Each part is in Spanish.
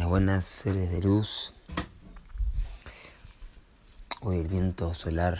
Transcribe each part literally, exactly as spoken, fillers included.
Buenas, seres de luz. Hoy el viento solar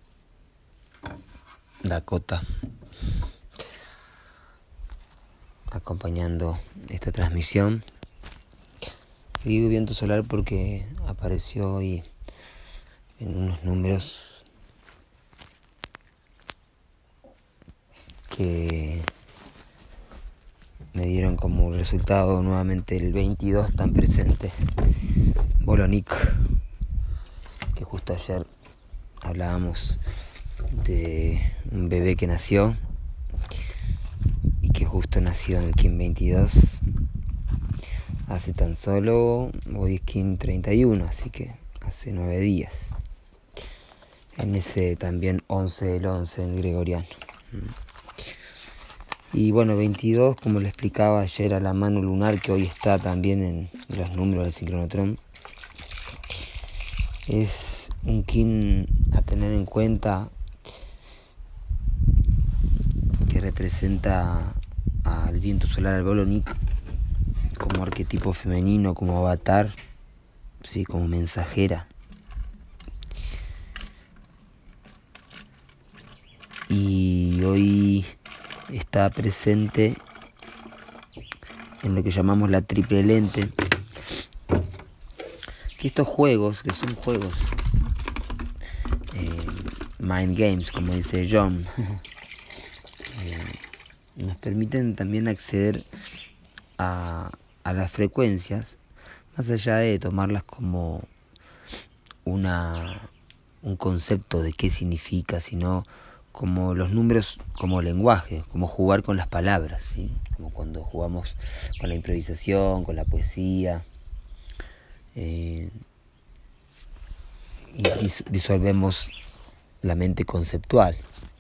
Dakota acompañando esta transmisión. Y digo viento solar porque apareció hoy en unos números que me dieron como resultado nuevamente el veintidós tan presente, Bolonic, que justo ayer hablábamos de un bebé que nació y que justo nació en el Kin veintidós hace tan solo, hoy es Kin treinta y uno, así que hace nueve días, en ese también once del once en gregoriano. Y bueno, veintidós, como le explicaba ayer, a la mano lunar, que hoy está también en los números del sincronotrón, es un kin a tener en cuenta, que representa al viento solar, al Bolonic, como arquetipo femenino, como avatar, ¿sí? Como mensajera. Y hoy está presente en lo que llamamos la triple lente, que estos juegos, que son juegos eh, mind games, como dice John, eh, nos permiten también acceder a, a las frecuencias, más allá de tomarlas como una un concepto de qué significa, sino como los números, como lenguaje, como jugar con las palabras, ¿sí? Como cuando jugamos con la improvisación, con la poesía, eh, y dis- disolvemos la mente conceptual.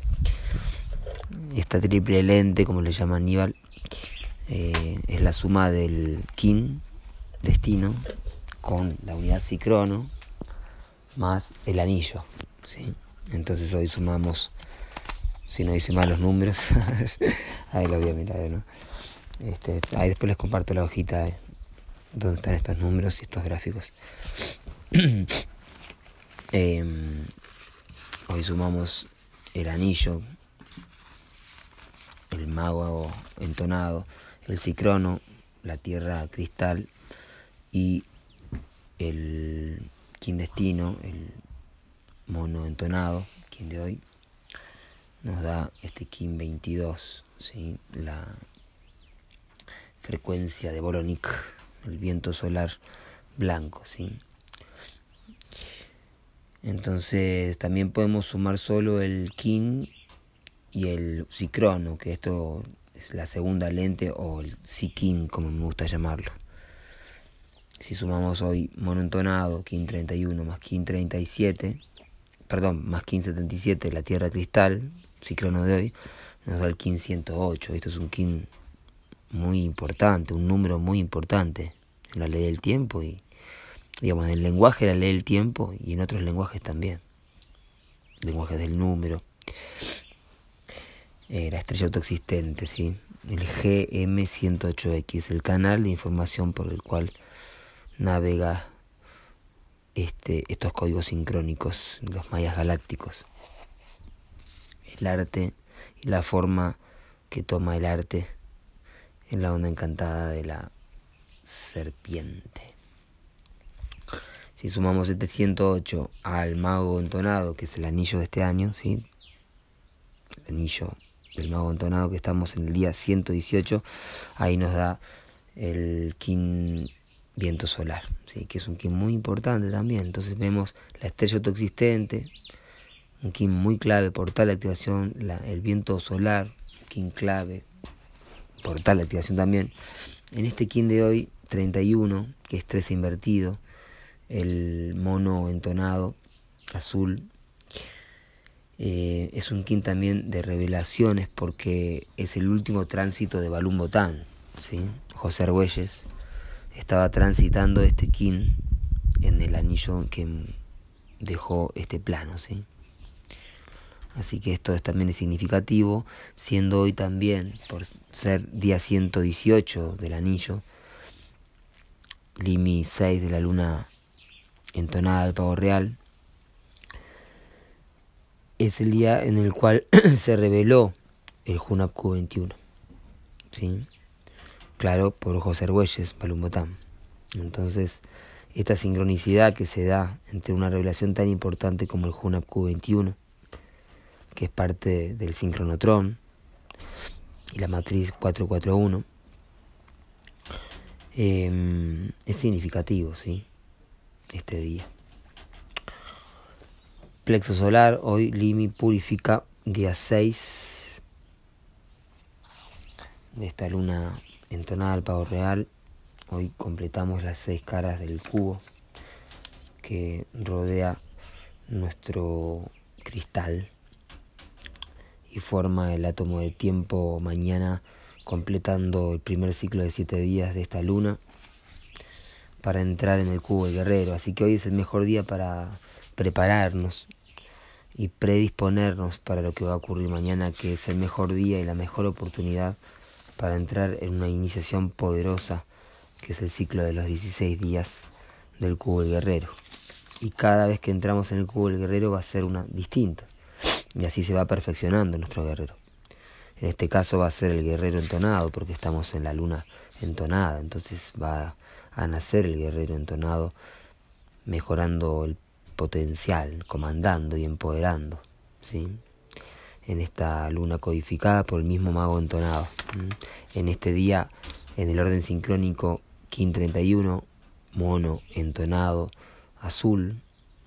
Esta triple lente, como le llama Aníbal, eh, es la suma del kin, destino, con la unidad psicrono, más el anillo, ¿sí? Entonces hoy sumamos, si no hice mal los números, ahí lo voy a mirar, ¿no? Este, ahí después les comparto la hojita eh, donde están estos números y estos gráficos. eh, hoy sumamos el anillo, el mago entonado, el cicrono, la tierra cristal y el kin destino, el mono entonado, kin de hoy, nos da este Kin veintidós, ¿sí? La frecuencia de Bolonic, el viento solar blanco, ¿sí? Entonces también podemos sumar solo el Kin y el Psicrono, que esto es la segunda lente, o el Psikin, como me gusta llamarlo. Si sumamos hoy mono entonado, Kin treinta y uno más Kin treinta y siete, perdón, más Kin setenta y siete, la tierra cristal, Psicrono de hoy, nos da el Kin ciento ocho. Esto es un Kin muy importante, un número muy importante en la ley del tiempo y, digamos, en el lenguaje de la ley del tiempo y en otros lenguajes también, lenguajes del número. Eh, la estrella autoexistente, ¿sí? El G M ciento ocho X, el canal de información por el cual navega este, estos códigos sincrónicos, los mayas galácticos. El arte y la forma que toma el arte en la onda encantada de la serpiente. Si sumamos este ciento ocho al mago entonado, que es el anillo de este año, ¿sí? El anillo del mago entonado, que estamos en el día ciento dieciocho, ahí nos da el kin viento solar, ¿sí? Que es un kin muy importante también. Entonces vemos la estrella autoexistente, un kin muy clave, portal de activación, la, el viento solar, kin clave, portal de activación también. En este kin de hoy, treinta y uno, que es tres invertido, el mono entonado azul, eh, es un kin también de revelaciones, porque es el último tránsito de Balún Botán, ¿sí? José Argüelles estaba transitando este kin en el anillo que dejó este plano, ¿sí? Así que esto es, también es significativo, siendo hoy también, por ser día ciento dieciocho del anillo, Limi seis de la luna entonada del pavo real, es el día en el cual se reveló el Hunab Q veintiuno, ¿sí? Claro, por José Argüelles, Palumbotán. Entonces, esta sincronicidad que se da entre una revelación tan importante como el Hunab Q veintiuno, que es parte del sincronotrón, y la matriz cuatrocientos cuarenta y uno, eh, es significativo, ¿sí? Este día. Plexo solar, hoy Limi purifica, día seis de esta luna entonada al pavo real. Hoy completamos las seis caras del cubo que rodea nuestro cristal y forma el átomo de tiempo mañana, completando el primer ciclo de siete días de esta luna para entrar en el cubo del guerrero. Así que hoy es el mejor día para prepararnos y predisponernos para lo que va a ocurrir mañana, que es el mejor día y la mejor oportunidad para entrar en una iniciación poderosa, que es el ciclo de los dieciséis días del cubo del guerrero. Y cada vez que entramos en el cubo del guerrero va a ser una distinta, y así se va perfeccionando nuestro guerrero. En este caso va a ser el guerrero entonado, porque estamos en la luna entonada, entonces va a nacer el guerrero entonado, mejorando el potencial, comandando y empoderando, ¿sí? En esta luna codificada por el mismo mago entonado. ¿Mm? En este día, en el orden sincrónico, Kin treinta y uno, mono entonado azul,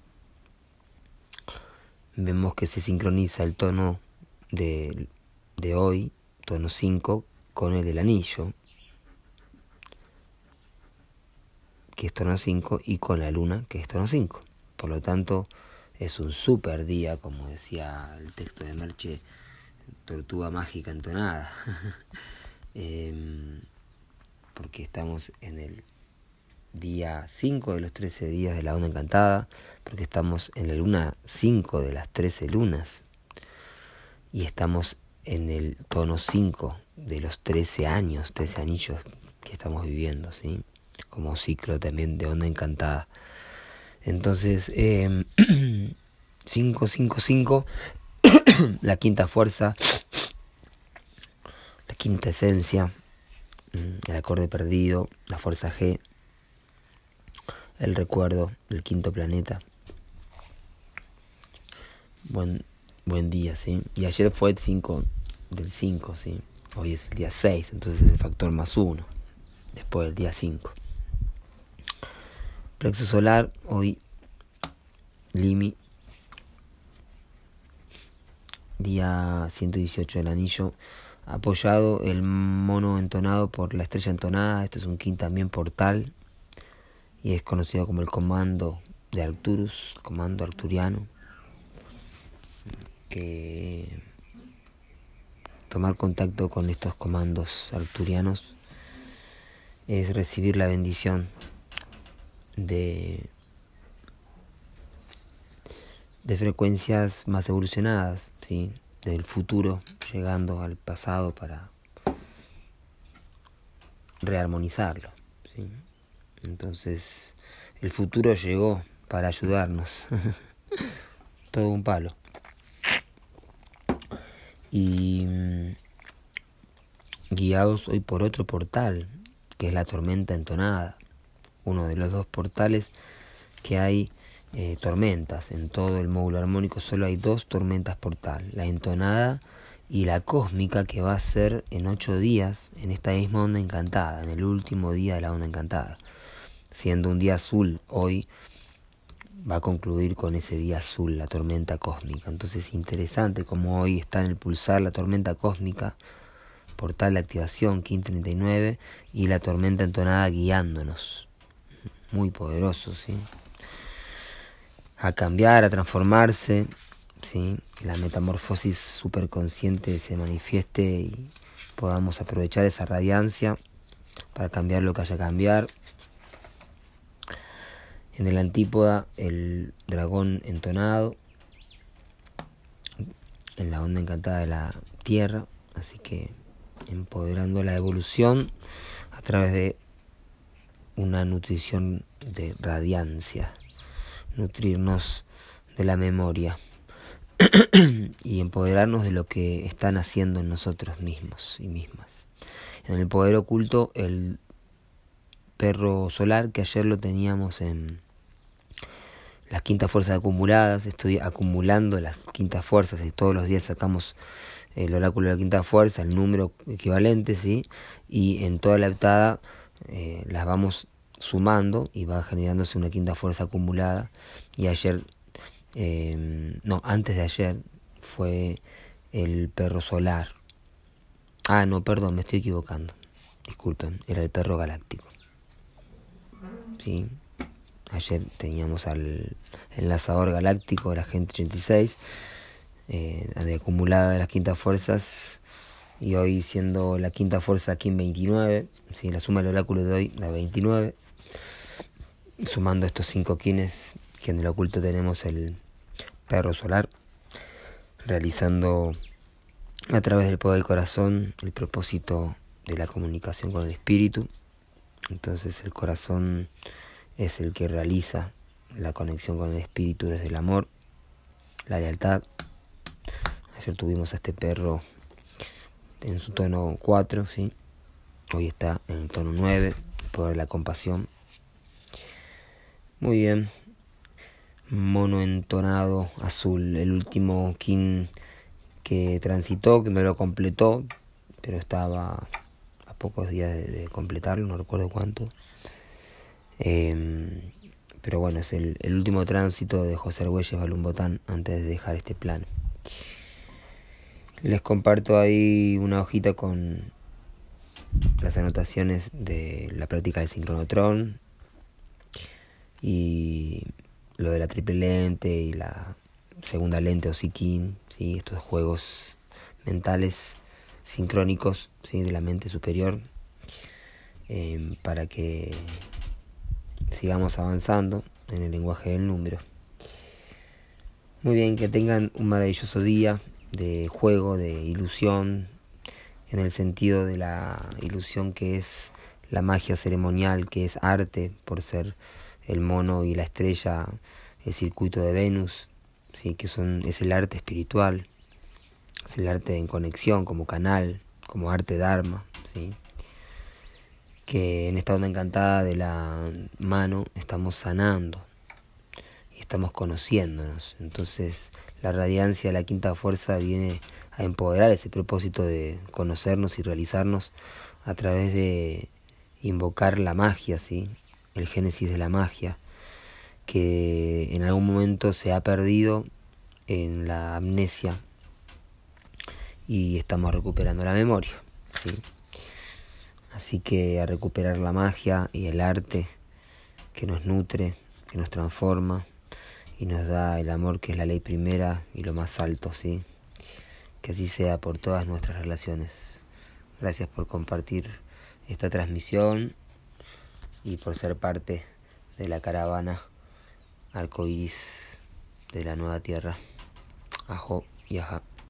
vemos que se sincroniza el tono de, de hoy, tono cinco, con el del anillo, que es tono cinco, y con la luna, que es tono cinco. Por lo tanto, es un super día, como decía el texto de Merche, tortuga mágica entonada. eh, porque estamos en el día cinco de los trece días de la onda encantada, porque estamos en la luna cinco de las trece lunas, y estamos en el tono cinco de los trece años, trece anillos que estamos viviendo, ¿sí? Como ciclo también de onda encantada. Entonces, eh, cinco cinco cinco, la quinta fuerza, la quinta esencia, el acorde perdido, la fuerza G, el recuerdo, el quinto planeta. Buen, buen día, ¿sí? Y ayer fue el cinco del cinco, ¿sí? Hoy es el día seis, entonces es el factor más uno, después del día cinco. Plexo solar, hoy Limi, día ciento dieciocho del anillo, apoyado el mono entonado por la estrella entonada. Esto es un kin también portal y es conocido como el comando de Arcturus, comando arcturiano, que tomar contacto con estos comandos arcturianos es recibir la bendición de, de frecuencias más evolucionadas, ¿sí? Del futuro llegando al pasado para rearmonizarlo, ¿sí? Entonces el futuro llegó para ayudarnos. Todo un palo. Y mmm, guiados hoy por otro portal, que es la tormenta entonada, uno de los dos portales que hay. Eh, tormentas en todo el módulo armónico, solo hay dos tormentas portal, la entonada y la cósmica, que va a ser en ocho días en esta misma onda encantada, en el último día de la onda encantada, siendo un día azul. Hoy va a concluir con ese día azul, la tormenta cósmica. Entonces, interesante como hoy está en el pulsar la tormenta cósmica, portal de activación Kin treinta y nueve, y la tormenta entonada guiándonos, muy poderoso, ¿sí? A cambiar, a transformarse, ¿sí? Que la metamorfosis superconsciente se manifieste y podamos aprovechar esa radiancia para cambiar lo que haya que cambiar. En el antípoda, el dragón entonado, en la onda encantada de la tierra, así que empoderando la evolución a través de una nutrición de radiancia, nutrirnos de la memoria y empoderarnos de lo que están haciendo en nosotros mismos y mismas. En el poder oculto, el perro solar, que ayer lo teníamos en las quintas fuerzas acumuladas, estoy acumulando las quintas fuerzas y todos los días sacamos el oráculo de la quinta fuerza, el número equivalente, ¿sí? Y en toda la heptada eh, las vamos sumando y va generándose una quinta fuerza acumulada. Y ayer, eh, no, antes de ayer fue el perro solar. Ah, no, perdón, me estoy equivocando. Disculpen, era el perro galáctico. Sí, ayer teníamos al enlazador galáctico, la gente ochenta y seis, eh, de acumulada de las quintas fuerzas, y hoy siendo la quinta fuerza Kin veintinueve, ¿sí? La suma del oráculo de hoy da veintinueve, sumando estos cinco Kines que en el oculto tenemos el perro solar, realizando a través del poder del corazón el propósito de la comunicación con el espíritu. Entonces el corazón es el que realiza la conexión con el espíritu desde el amor, la lealtad. Ayer tuvimos a este perro en su tono cuatro, ¿sí? Hoy está en el tono nueve, por la compasión. Muy bien. Mono entonado azul, el último kin que transitó, que no lo completó, pero estaba a pocos días de, de completarlo, no recuerdo cuánto. Eh, pero bueno, es el, el último tránsito de José Argüelles Balumbotán antes de dejar este plano. Les comparto ahí una hojita con las anotaciones de la práctica del sincronotrón y lo de la triple lente y la segunda lente o Sikin, ¿sí? Estos juegos mentales sincrónicos, ¿sí? De la mente superior, eh, para que sigamos avanzando en el lenguaje del número. Muy bien, que tengan un maravilloso día de juego, de ilusión, en el sentido de la ilusión que es la magia ceremonial, que es arte, por ser el mono y la estrella, el circuito de Venus, ¿sí? Que son, es el arte espiritual, es el arte en conexión, como canal, como arte dharma, ¿sí? Que en esta onda encantada de la mano estamos sanando y estamos conociéndonos. Entonces la radiancia de la quinta fuerza viene a empoderar ese propósito de conocernos y realizarnos a través de invocar la magia, ¿sí? El génesis de la magia, que en algún momento se ha perdido en la amnesia y estamos recuperando la memoria, ¿sí? Así que a recuperar la magia y el arte que nos nutre, que nos transforma y nos da el amor, que es la ley primera y lo más alto, ¿sí? Que así sea por todas nuestras relaciones. Gracias por compartir esta transmisión y por ser parte de la caravana arcoíris de la nueva tierra. Ajo y ajá.